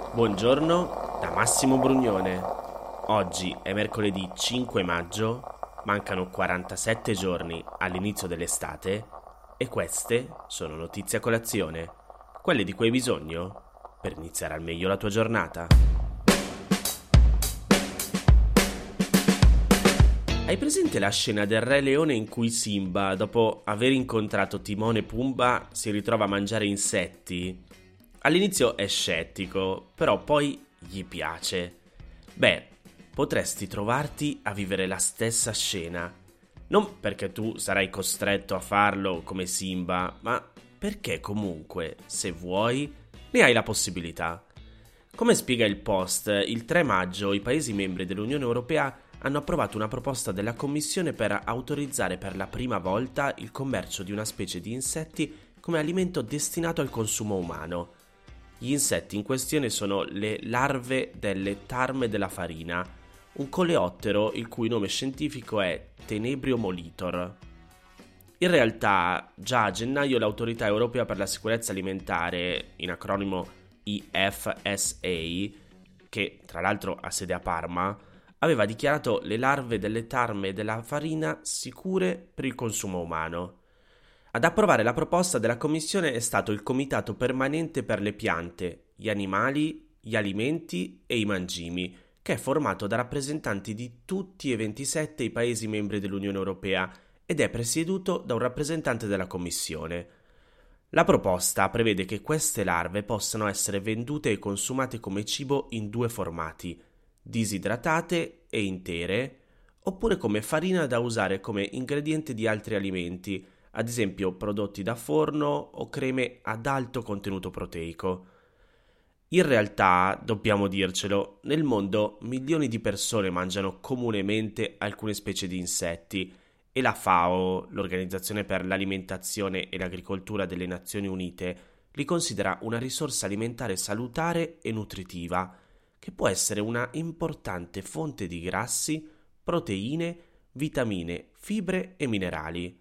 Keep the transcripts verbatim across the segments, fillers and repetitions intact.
Buongiorno da Massimo Brugnone. Oggi è mercoledì cinque maggio, mancano quarantasette giorni all'inizio dell'estate e queste sono notizie a colazione, quelle di cui hai bisogno per iniziare al meglio la tua giornata. Hai presente la scena del Re Leone in cui Simba, dopo aver incontrato Timone e Pumba, si ritrova a mangiare insetti? All'inizio è scettico, però poi gli piace. Beh, potresti trovarti a vivere la stessa scena. Non perché tu sarai costretto a farlo come Simba, ma perché comunque, se vuoi, ne hai la possibilità. Come spiega il Post, il tre maggio i Paesi membri dell'Unione Europea hanno approvato una proposta della Commissione per autorizzare per la prima volta il commercio di una specie di insetti come alimento destinato al consumo umano. Gli insetti in questione sono le larve delle tarme della farina, un coleottero il cui nome scientifico è Tenebrio molitor. In realtà, già a gennaio l'Autorità Europea per la Sicurezza Alimentare, in acronimo E F S A, che tra l'altro ha sede a Parma, aveva dichiarato le larve delle tarme della farina sicure per il consumo umano. Ad approvare la proposta della Commissione è stato il Comitato Permanente per le Piante, gli Animali, gli Alimenti e i Mangimi, che è formato da rappresentanti di tutti e ventisette i Paesi membri dell'Unione Europea ed è presieduto da un rappresentante della Commissione. La proposta prevede che queste larve possano essere vendute e consumate come cibo in due formati: disidratate e intere, oppure come farina da usare come ingrediente di altri alimenti, ad esempio prodotti da forno o creme ad alto contenuto proteico. In realtà, dobbiamo dircelo, nel mondo milioni di persone mangiano comunemente alcune specie di insetti e la FAO, l'Organizzazione per l'Alimentazione e l'Agricoltura delle Nazioni Unite, li considera una risorsa alimentare salutare e nutritiva, che può essere una importante fonte di grassi, proteine, vitamine, fibre e minerali.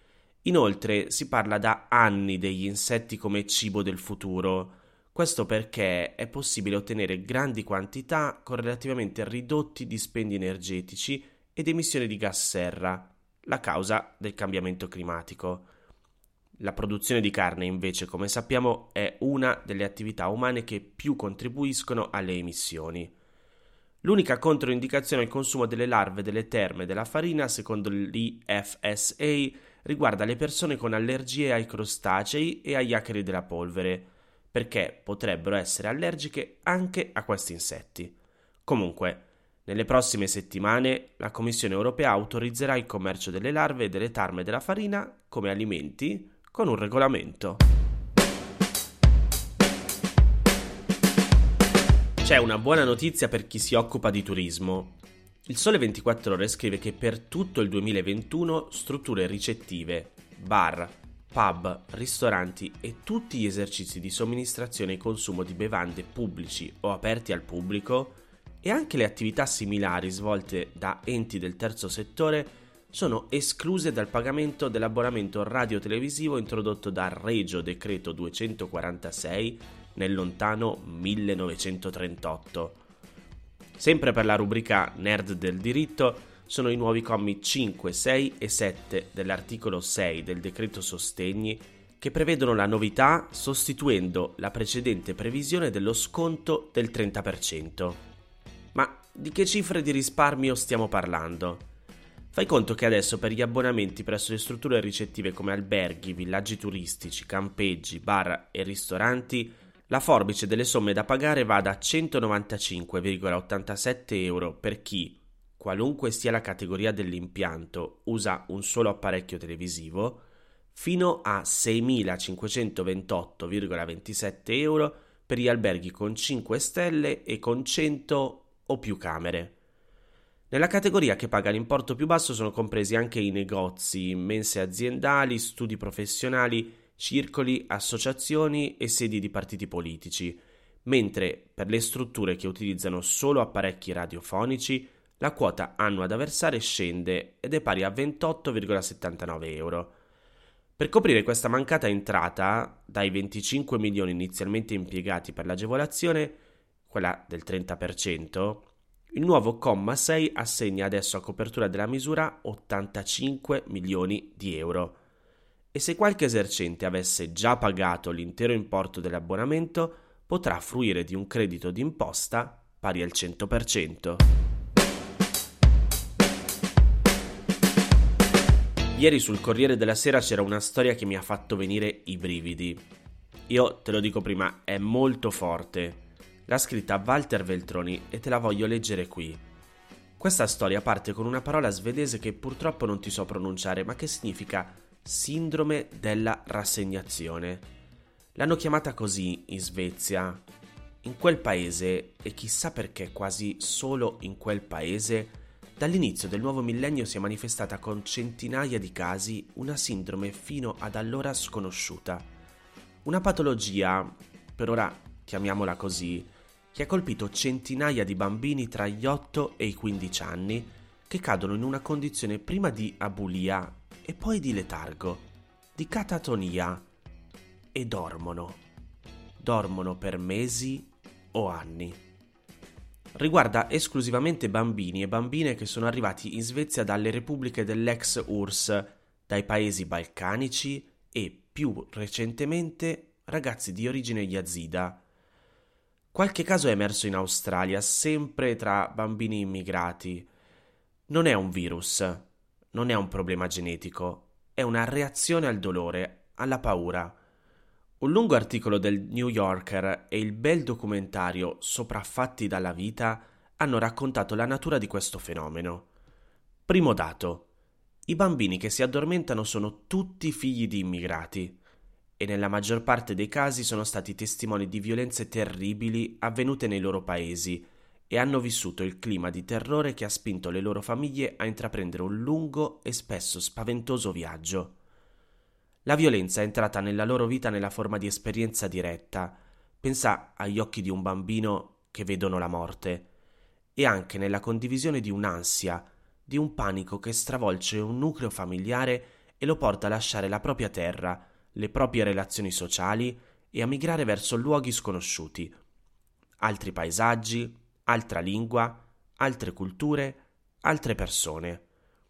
Inoltre si parla da anni degli insetti come cibo del futuro, questo perché è possibile ottenere grandi quantità con relativamente ridotti dispendi energetici ed emissioni di gas serra, la causa del cambiamento climatico. La produzione di carne, invece, come sappiamo, è una delle attività umane che più contribuiscono alle emissioni. L'unica controindicazione al consumo delle larve delle terme della farina, secondo l'E F S A, riguarda le persone con allergie ai crostacei e agli acari della polvere, perché potrebbero essere allergiche anche a questi insetti. Comunque, nelle prossime settimane la Commissione europea autorizzerà il commercio delle larve e delle tarme della farina come alimenti con un regolamento. C'è una buona notizia per chi si occupa di turismo. Il Sole ventiquattro Ore scrive che per tutto il duemilaventuno strutture ricettive, bar, pub, ristoranti e tutti gli esercizi di somministrazione e consumo di bevande pubblici o aperti al pubblico e anche le attività similari svolte da enti del terzo settore sono escluse dal pagamento dell'abbonamento radio-televisivo introdotto dal Regio Decreto duecentoquarantasei nel lontano millenovecentotrentotto. Sempre per la rubrica Nerd del diritto sono i nuovi commi cinque, sei e sette dell'articolo sei del decreto sostegni che prevedono la novità sostituendo la precedente previsione dello sconto del trenta per cento. Ma di che cifre di risparmio stiamo parlando? Fai conto che adesso per gli abbonamenti presso le strutture ricettive come alberghi, villaggi turistici, campeggi, bar e ristoranti, la forbice delle somme da pagare va da centonovantacinque virgola ottantasette euro per chi, qualunque sia la categoria dell'impianto, usa un solo apparecchio televisivo, fino a seimilacinquecentoventotto virgola ventisette euro per gli alberghi con cinque stelle e con cento o più camere. Nella categoria che paga l'importo più basso sono compresi anche i negozi, mense aziendali, studi professionali, circoli, associazioni e sedi di partiti politici, mentre per le strutture che utilizzano solo apparecchi radiofonici la quota annua da versare scende ed è pari a ventotto virgola settantanove euro. Per coprire questa mancata entrata, dai venticinque milioni inizialmente impiegati per l'agevolazione, quella del trenta per cento, il nuovo comma sei assegna adesso a copertura della misura ottantacinque milioni di euro. E se qualche esercente avesse già pagato l'intero importo dell'abbonamento, potrà fruire di un credito d'imposta pari al cento per cento. Ieri sul Corriere della Sera c'era una storia che mi ha fatto venire i brividi. Io te lo dico prima, è molto forte. L'ha scritta Walter Veltroni e te la voglio leggere qui. Questa storia parte con una parola svedese che purtroppo non ti so pronunciare, ma che significa sindrome della rassegnazione. L'hanno chiamata così in Svezia. In quel paese, e chissà perché quasi solo in quel paese, dall'inizio del nuovo millennio si è manifestata con centinaia di casi una sindrome fino ad allora sconosciuta. Una patologia, per ora chiamiamola così, che ha colpito centinaia di bambini tra gli otto e i quindici anni che cadono in una condizione prima di abulia e poi di letargo, di catatonia e dormono. Dormono per mesi o anni. Riguarda esclusivamente bambini e bambine che sono arrivati in Svezia dalle repubbliche dell'ex U R S S, dai paesi balcanici e, più recentemente, ragazzi di origine yazida. Qualche caso è emerso in Australia, sempre tra bambini immigrati. Non è un virus, non è un problema genetico, è una reazione al dolore, alla paura. Un lungo articolo del New Yorker e il bel documentario Sopraffatti dalla vita hanno raccontato la natura di questo fenomeno. Primo dato: i bambini che si addormentano sono tutti figli di immigrati e nella maggior parte dei casi sono stati testimoni di violenze terribili avvenute nei loro paesi e hanno vissuto il clima di terrore che ha spinto le loro famiglie a intraprendere un lungo e spesso spaventoso viaggio. La violenza è entrata nella loro vita nella forma di esperienza diretta, pensa agli occhi di un bambino che vedono la morte, e anche nella condivisione di un'ansia, di un panico che stravolge un nucleo familiare e lo porta a lasciare la propria terra, le proprie relazioni sociali e a migrare verso luoghi sconosciuti. Altri paesaggi, altra lingua, altre culture, altre persone.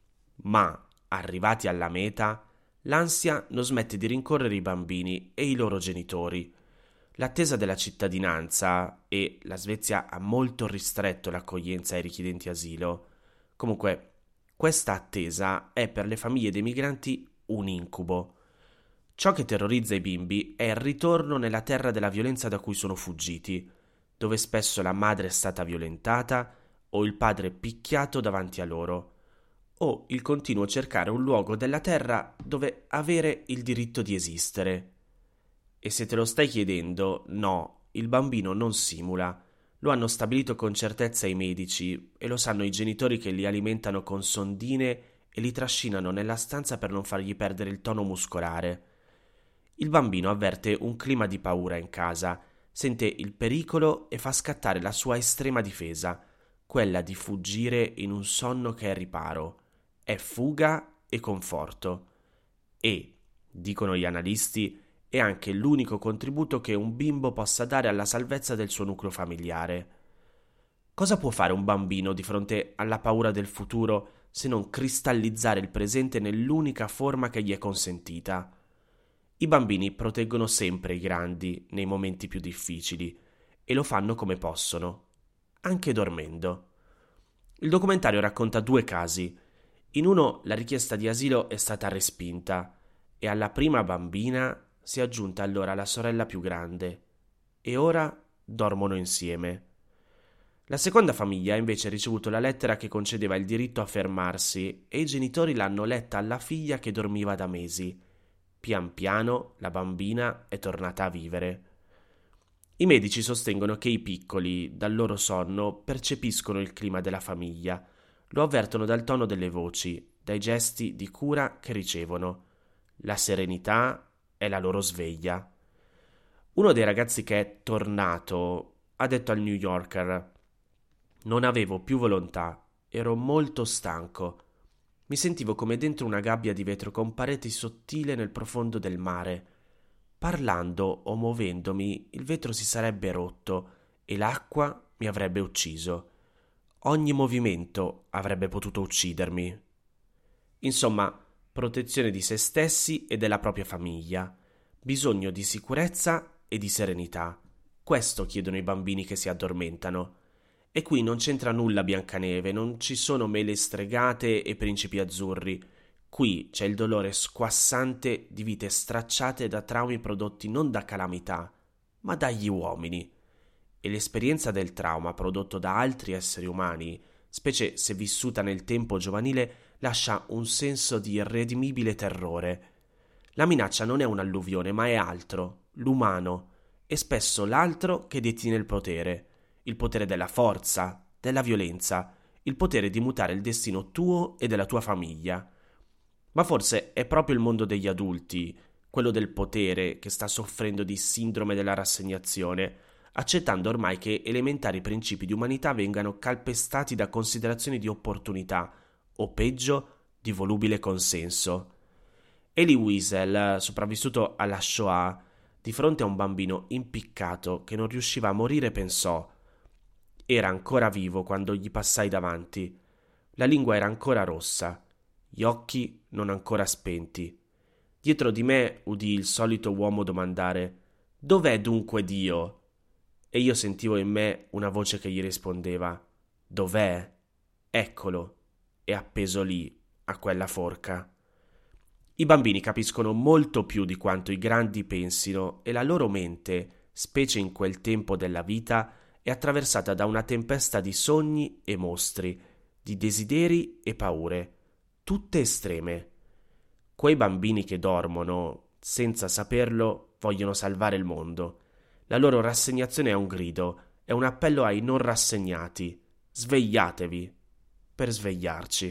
Ma, arrivati alla meta, l'ansia non smette di rincorrere i bambini e i loro genitori. L'attesa della cittadinanza, e la Svezia ha molto ristretto l'accoglienza ai richiedenti asilo, comunque questa attesa è per le famiglie dei migranti un incubo. Ciò che terrorizza i bimbi è il ritorno nella terra della violenza da cui sono fuggiti, dove spesso la madre è stata violentata o il padre picchiato davanti a loro, o il continuo cercare un luogo della terra dove avere il diritto di esistere. E se te lo stai chiedendo, no, il bambino non simula. Lo hanno stabilito con certezza i medici e lo sanno i genitori che li alimentano con sondine e li trascinano nella stanza per non fargli perdere il tono muscolare. Il bambino avverte un clima di paura in casa, sente il pericolo e fa scattare la sua estrema difesa, quella di fuggire in un sonno che è riparo, è fuga e conforto. E, dicono gli analisti, è anche l'unico contributo che un bimbo possa dare alla salvezza del suo nucleo familiare. Cosa può fare un bambino di fronte alla paura del futuro se non cristallizzare il presente nell'unica forma che gli è consentita? I bambini proteggono sempre i grandi nei momenti più difficili e lo fanno come possono, anche dormendo. Il documentario racconta due casi. In uno la richiesta di asilo è stata respinta e alla prima bambina si è aggiunta allora la sorella più grande e ora dormono insieme. La seconda famiglia ha invece ricevuto la lettera che concedeva il diritto a fermarsi e i genitori l'hanno letta alla figlia che dormiva da mesi. Pian piano la bambina è tornata a vivere. I medici sostengono che i piccoli, dal loro sonno, percepiscono il clima della famiglia, lo avvertono dal tono delle voci, dai gesti di cura che ricevono. La serenità è la loro sveglia. Uno dei ragazzi che è tornato ha detto al New Yorker: «Non avevo più volontà, ero molto stanco. Mi sentivo come dentro una gabbia di vetro con pareti sottile nel profondo del mare. Parlando o muovendomi, il vetro si sarebbe rotto e l'acqua mi avrebbe ucciso. Ogni movimento avrebbe potuto uccidermi. Insomma, protezione di se stessi e della propria famiglia, bisogno di sicurezza e di serenità. Questo chiedono i bambini che si addormentano. E qui non c'entra nulla Biancaneve, non ci sono mele stregate e principi azzurri. Qui c'è il dolore squassante di vite stracciate da traumi prodotti non da calamità, ma dagli uomini. E l'esperienza del trauma prodotto da altri esseri umani, specie se vissuta nel tempo giovanile, lascia un senso di irredimibile terrore. La minaccia non è un'alluvione, ma è altro, l'umano, e spesso l'altro che detiene il potere. Il potere della forza, della violenza, il potere di mutare il destino tuo e della tua famiglia. Ma forse è proprio il mondo degli adulti, quello del potere, che sta soffrendo di sindrome della rassegnazione, accettando ormai che elementari principi di umanità vengano calpestati da considerazioni di opportunità, o peggio, di volubile consenso. Elie Wiesel, sopravvissuto alla Shoah, di fronte a un bambino impiccato che non riusciva a morire, pensò: era ancora vivo quando gli passai davanti. La lingua era ancora rossa, gli occhi non ancora spenti. Dietro di me udii il solito uomo domandare: «Dov'è dunque Dio?» E io sentivo in me una voce che gli rispondeva: «Dov'è? Eccolo!» E appeso lì, a quella forca. I bambini capiscono molto più di quanto i grandi pensino e la loro mente, specie in quel tempo della vita, è attraversata da una tempesta di sogni e mostri, di desideri e paure, tutte estreme. Quei bambini che dormono, senza saperlo, vogliono salvare il mondo. La loro rassegnazione è un grido, è un appello ai non rassegnati. Svegliatevi, per svegliarci.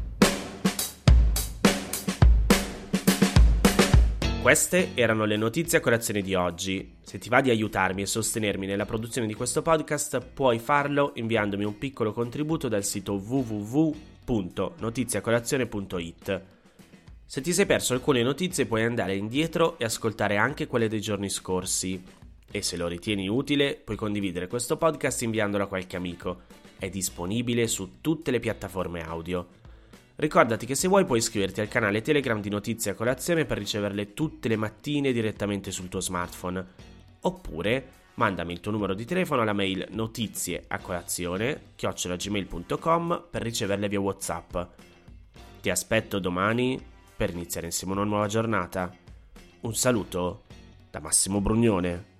Queste erano le notizie a colazione di oggi. Se ti va di aiutarmi e sostenermi nella produzione di questo podcast, puoi farlo inviandomi un piccolo contributo dal sito w w w punto notiziacolazione punto i t. Se ti sei perso alcune notizie puoi andare indietro e ascoltare anche quelle dei giorni scorsi. E se lo ritieni utile, puoi condividere questo podcast inviandolo a qualche amico. È disponibile su tutte le piattaforme audio. Ricordati che se vuoi puoi iscriverti al canale Telegram di Notizie a Colazione per riceverle tutte le mattine direttamente sul tuo smartphone. Oppure mandami il tuo numero di telefono alla mail notizieacolazione chiocciola gmail punto com per riceverle via WhatsApp. Ti aspetto domani per iniziare insieme una nuova giornata. Un saluto da Massimo Brugnone.